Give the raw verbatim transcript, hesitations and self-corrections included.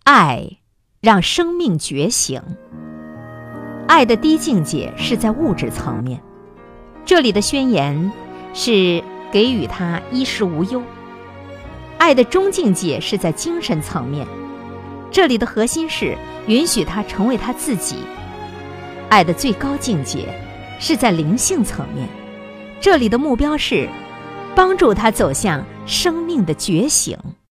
爱让生命觉醒。爱的低境界是在物质层面，这里的宣言是给予他衣食无忧；爱的中境界是在精神层面，这里的核心是允许他成为他自己；爱的最高境界是在灵性层面，这里的目标是帮助他走向生命的觉醒。